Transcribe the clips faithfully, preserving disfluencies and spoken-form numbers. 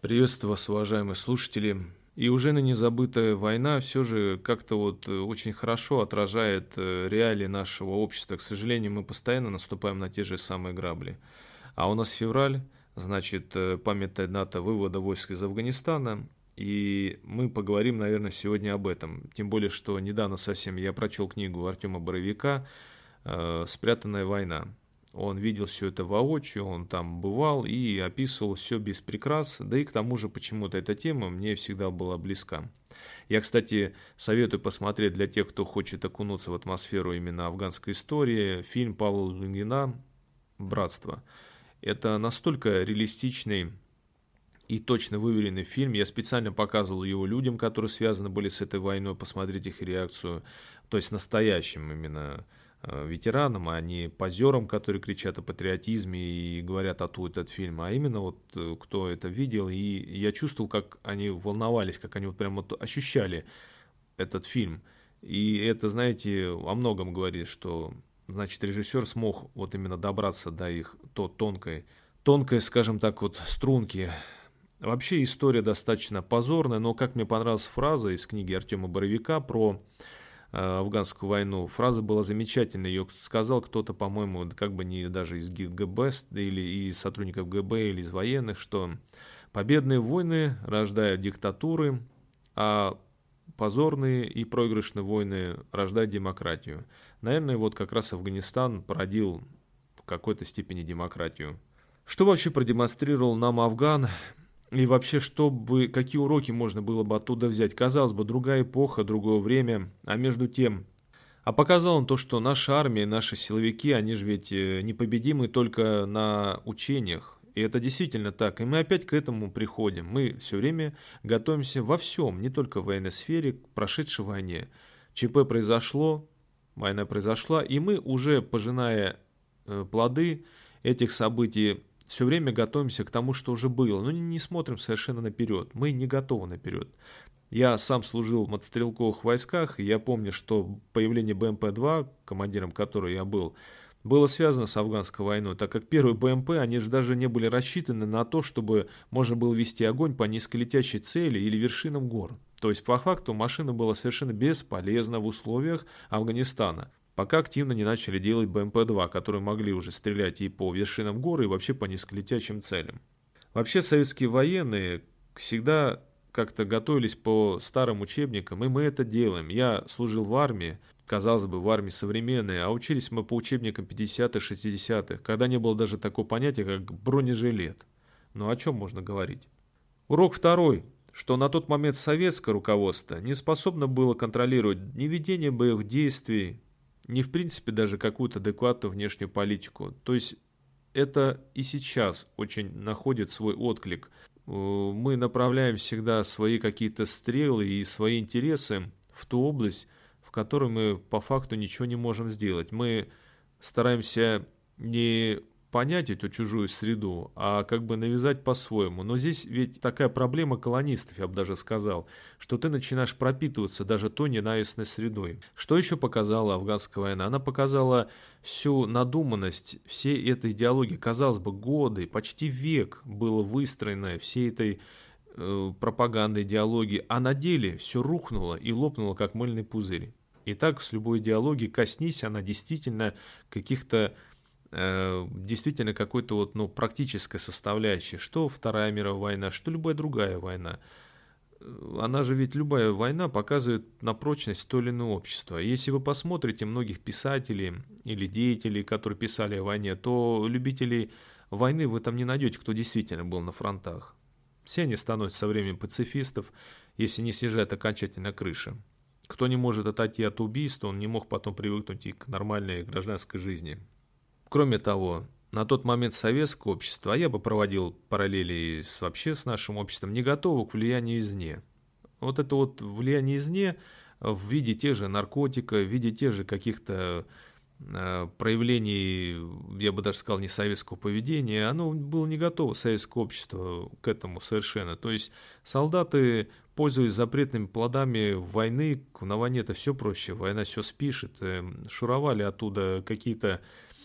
Приветствую вас, уважаемые слушатели. И уже ныне забытая война все же как-то вот э, очень хорошо отражает э, реалии нашего общества. К сожалению, мы постоянно наступаем на те же самые грабли. А у нас февраль, значит, э, памятная дата вывода войск из Афганистана. И мы поговорим, наверное, сегодня об этом. Тем более, что недавно совсем я прочел книгу Артема Боровика э, «Спрятанная война». Он видел все это воочию, он там бывал и описывал все без прикрас, да и к тому же почему-то эта тема мне всегда была близка. Я, кстати, советую посмотреть для тех, кто хочет окунуться в атмосферу именно афганской истории, фильм Павла Лунгина «Братство». Это настолько реалистичный и точно выверенный фильм. Я специально показывал его людям, которые связаны были с этой войной, посмотреть их реакцию, то есть настоящим именно э, ветеранам, а не позерам, которые кричат о патриотизме и говорят, а тут этот фильм, а именно вот э, кто это видел, и я чувствовал, как они волновались, как они вот прям вот ощущали этот фильм. И это, знаете, о многом говорит, что, значит, режиссер смог вот именно добраться до их то тонкой, тонкой, скажем так, вот струнки. Вообще история достаточно позорная, но как мне понравилась фраза из книги Артема Боровика про э, афганскую войну. Фраза была замечательная, ее сказал кто-то, по-моему, как бы не даже из ГБ или из сотрудников ГБ или из военных, что победные войны рождают диктатуры, а позорные и проигрышные войны рождают демократию. Наверное, вот как раз Афганистан породил в какой-то степени демократию. Что вообще продемонстрировал нам Афган? И вообще, чтобы, какие уроки можно было бы оттуда взять? Казалось бы, другая эпоха, другое время, а между тем... А показал он то, что наша армия, наши силовики, они же ведь непобедимы только на учениях. И это действительно так. И мы опять к этому приходим. Мы все время готовимся во всем, не только в военной сфере, к прошедшей войне. ЧП произошло, война произошла, и мы уже, пожиная э, плоды этих событий, все время готовимся к тому, что уже было. Но не, не смотрим совершенно наперед. Мы не готовы наперед. Я сам служил в мотострелковых войсках, и я помню, что появление Бэ Эм Пэ два, командиром которой я был, было связано с афганской войной, так как первые Бэ Эм Пэ, они же даже не были рассчитаны на то, чтобы можно было вести огонь по низколетящей цели или вершинам гор. То есть, по факту, машина была совершенно бесполезна в условиях Афганистана, пока активно не начали делать Бэ Эм Пэ два, которые могли уже стрелять и по вершинам гор, и вообще по низколетящим целям. Вообще, советские военные всегда как-то готовились по старым учебникам, и мы это делаем. Я служил в армии, казалось бы, в армии современной, а учились мы по учебникам пятидесятых, шестидесятых, когда не было даже такого понятия, как бронежилет. Ну о чем можно говорить? Урок второй, что на тот момент советское руководство не способно было контролировать ни ведение боевых действий, ни в принципе даже какую-то адекватную внешнюю политику. То есть это и сейчас очень находит свой отклик. Мы направляем всегда свои какие-то стрелы и свои интересы в ту область, в которой мы по факту ничего не можем сделать. Мы стараемся не понять эту чужую среду, а как бы навязать по-своему. Но здесь ведь такая проблема колонистов, я бы даже сказал, что ты начинаешь пропитываться даже той ненавистной средой. Что еще показала афганская война? Она показала всю надуманность всей этой идеологии. Казалось бы, годы, почти век было выстроено всей этой э, пропаганды, идеологии, а на деле все рухнуло и лопнуло, как мыльный пузырь. И так с любой идеологией, коснись она действительно каких-то действительно какой-то вот, ну, практической составляющей, что Вторая мировая война, что любая другая война. Она же ведь, любая война показывает на прочность то или иное общество. Если вы посмотрите многих писателей или деятелей, которые писали о войне, то любителей войны вы там не найдете, кто действительно был на фронтах. Все они становятся со временем пацифистов, если не съезжает окончательно крыша. Кто не может отойти от убийства, он не мог потом привыкнуть и к нормальной гражданской жизни. Кроме того, на тот момент советское общество, а я бы проводил параллели с, вообще с нашим обществом, не готово к влиянию извне. Вот это вот влияние извне в виде тех же наркотиков, в виде тех же каких-то э, проявлений, я бы даже сказал, не советского поведения, оно было не готово, советское общество, к этому совершенно. То есть солдаты, пользуясь запретными плодами войны, на войне это все проще, война все спишет, э, шуровали оттуда какие-то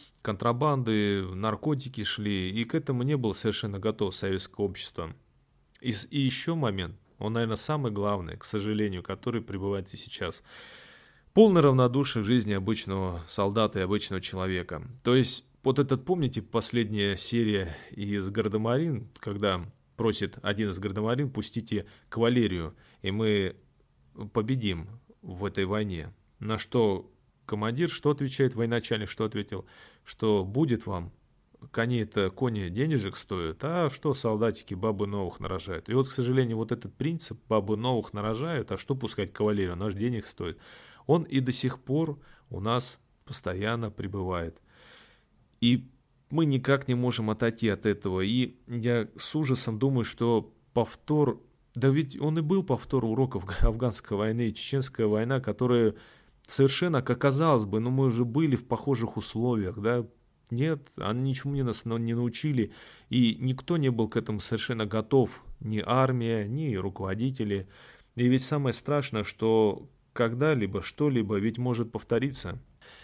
контрабанды, наркотики шли, и к этому не было совершенно готово советское общество. И, и еще момент, он, наверное, самый главный, к сожалению, который пребывает и сейчас. Полное равнодушие к жизни обычного солдата и обычного человека. То есть, вот этот, помните, последняя серия из «Гардемарин», когда просит один из гардемарин: пустите кавалерию, и мы победим в этой войне. На что командир что отвечает, военачальник что ответил? Что будет вам, кони-то кони денежек стоят, а что солдатики бабы новых нарожают. И вот, к сожалению, вот этот принцип бабы новых нарожают, а что пускать кавалерию, наш денег стоит, он и до сих пор у нас постоянно пребывает. И мы никак не можем отойти от этого. И я с ужасом думаю, что повтор, да ведь он и был повтор уроков афганской войны, чеченская война, которая совершенно, как казалось бы, ну мы уже были в похожих условиях, да. Нет, они ничему не нас не научили, и никто не был к этому совершенно готов, ни армия, ни руководители. И ведь самое страшное, что когда-либо что-либо ведь может повториться.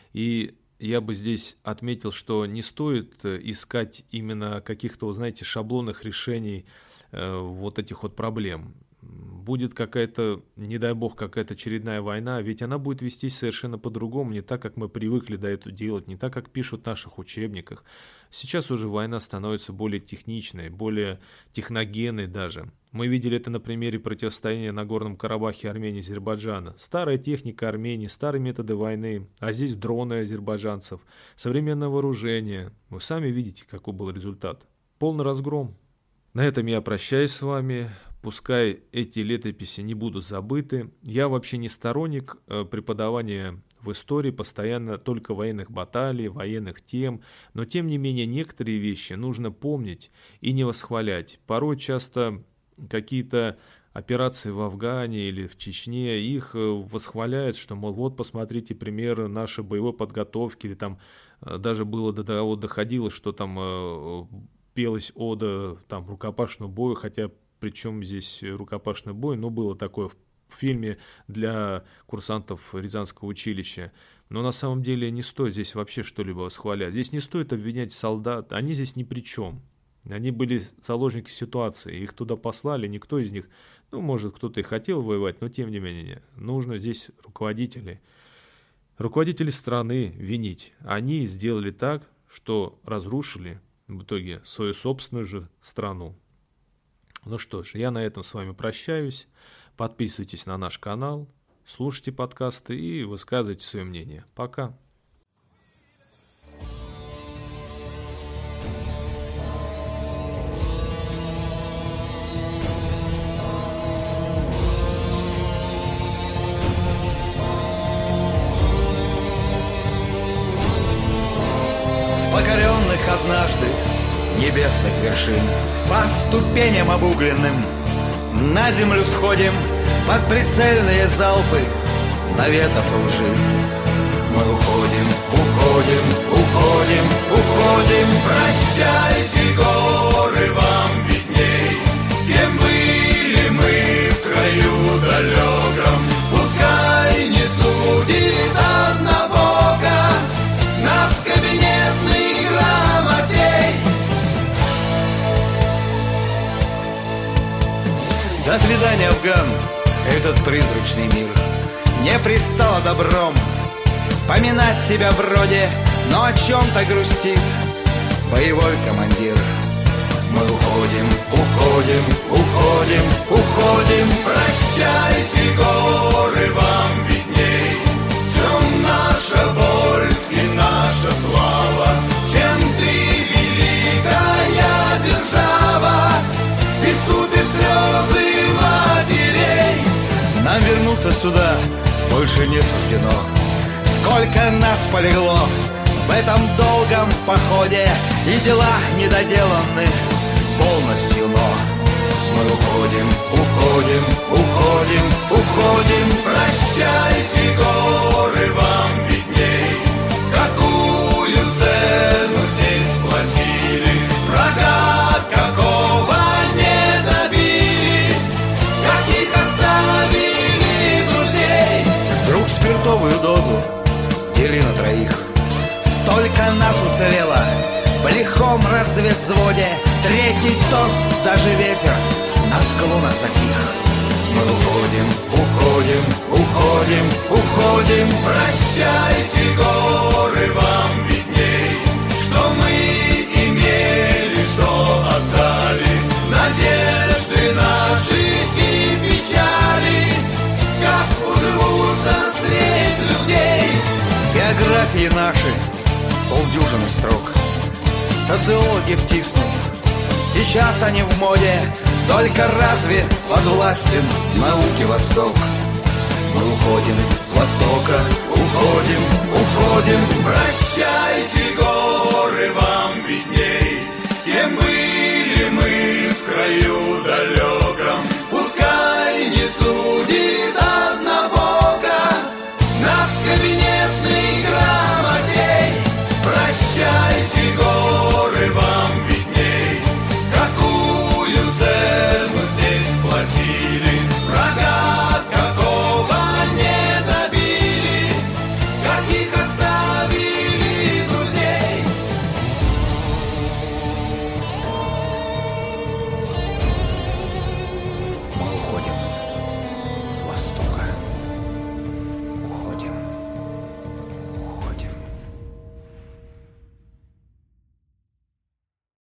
И я бы здесь отметил, что не стоит искать именно каких-то, знаете, шаблонных решений э, вот этих вот проблем. Будет какая-то, не дай бог, какая-то очередная война, ведь она будет вестись совершенно по-другому, не так, как мы привыкли до этого делать, не так, как пишут в наших учебниках. Сейчас уже война становится более техничной, более техногенной даже. Мы видели это на примере противостояния на Горном Карабахе Армении и Азербайджана. Старая техника Армении, старые методы войны, а здесь дроны азербайджанцев, современное вооружение. Вы сами видите, какой был результат. Полный разгром. На этом я прощаюсь с вами. Пускай эти летописи не будут забыты. Я вообще не сторонник преподавания в истории постоянно только военных баталий, военных тем, но тем не менее некоторые вещи нужно помнить и не восхвалять. Порой часто какие-то операции в Афгане или в Чечне, их восхваляют, что, мол, вот посмотрите примеры нашей боевой подготовки, или там даже было до того доходило, что там пелась ода там рукопашному бою, хотя причем здесь рукопашный бой, но было такое в фильме для курсантов Рязанского училища. Но на самом деле не стоит здесь вообще что-либо восхвалять. Здесь не стоит обвинять солдат, они здесь ни при чем. Они были заложники ситуации, их туда послали, никто из них, ну, может, кто-то и хотел воевать, но тем не менее, нужно здесь руководителей, руководителей страны винить. Они сделали так, что разрушили в итоге свою собственную же страну. Ну что ж, я на этом с вами прощаюсь. Подписывайтесь на наш канал, слушайте подкасты и высказывайте свое мнение. Пока. С покоренных однажды небесных вершин по ступеням обугленным на землю сходим под прицельные залпы наветов и лжи. Мы уходим, уходим, уходим, уходим. Прощайте, горы, вам видней, кем были мы в краю далеком. Пускай не судит однобоко нас кабинетный грамотей. До свидания, Афган, этот призрачный мир не пристало добром поминать тебя вроде, но о чем-то грустит боевой командир. Мы уходим, уходим, уходим, уходим. Прощайте, горы, вам видней, в чем наша боль и наша слава, чем ты великая держава, искупишь слезы матерей. Нам вернуться сюда больше не суждено. Сколько нас полегло в этом долгом походе, и дела недоделаны полностью, но мы уходим, уходим, уходим, уходим. Прощайте, горы, вам видней, какую цену здесь платили, врага какого не добили, каких оставили друзей. Друг спиртовую дозу дели на троих. Столько нас уцелело в лихом разведвзводе. Третий тост даже ветер на склонах затих. Мы уходим, уходим, уходим, уходим. Прощайте, горы, вам видней, что мы имели, что отдали, надежды наши и печали, как уживутся средь людей. Биографии наши полдюжины строк, социологи втиснут, сейчас они в моде. Только разве подвластен науке Восток? Мы уходим с Востока, уходим, уходим. Прощайте,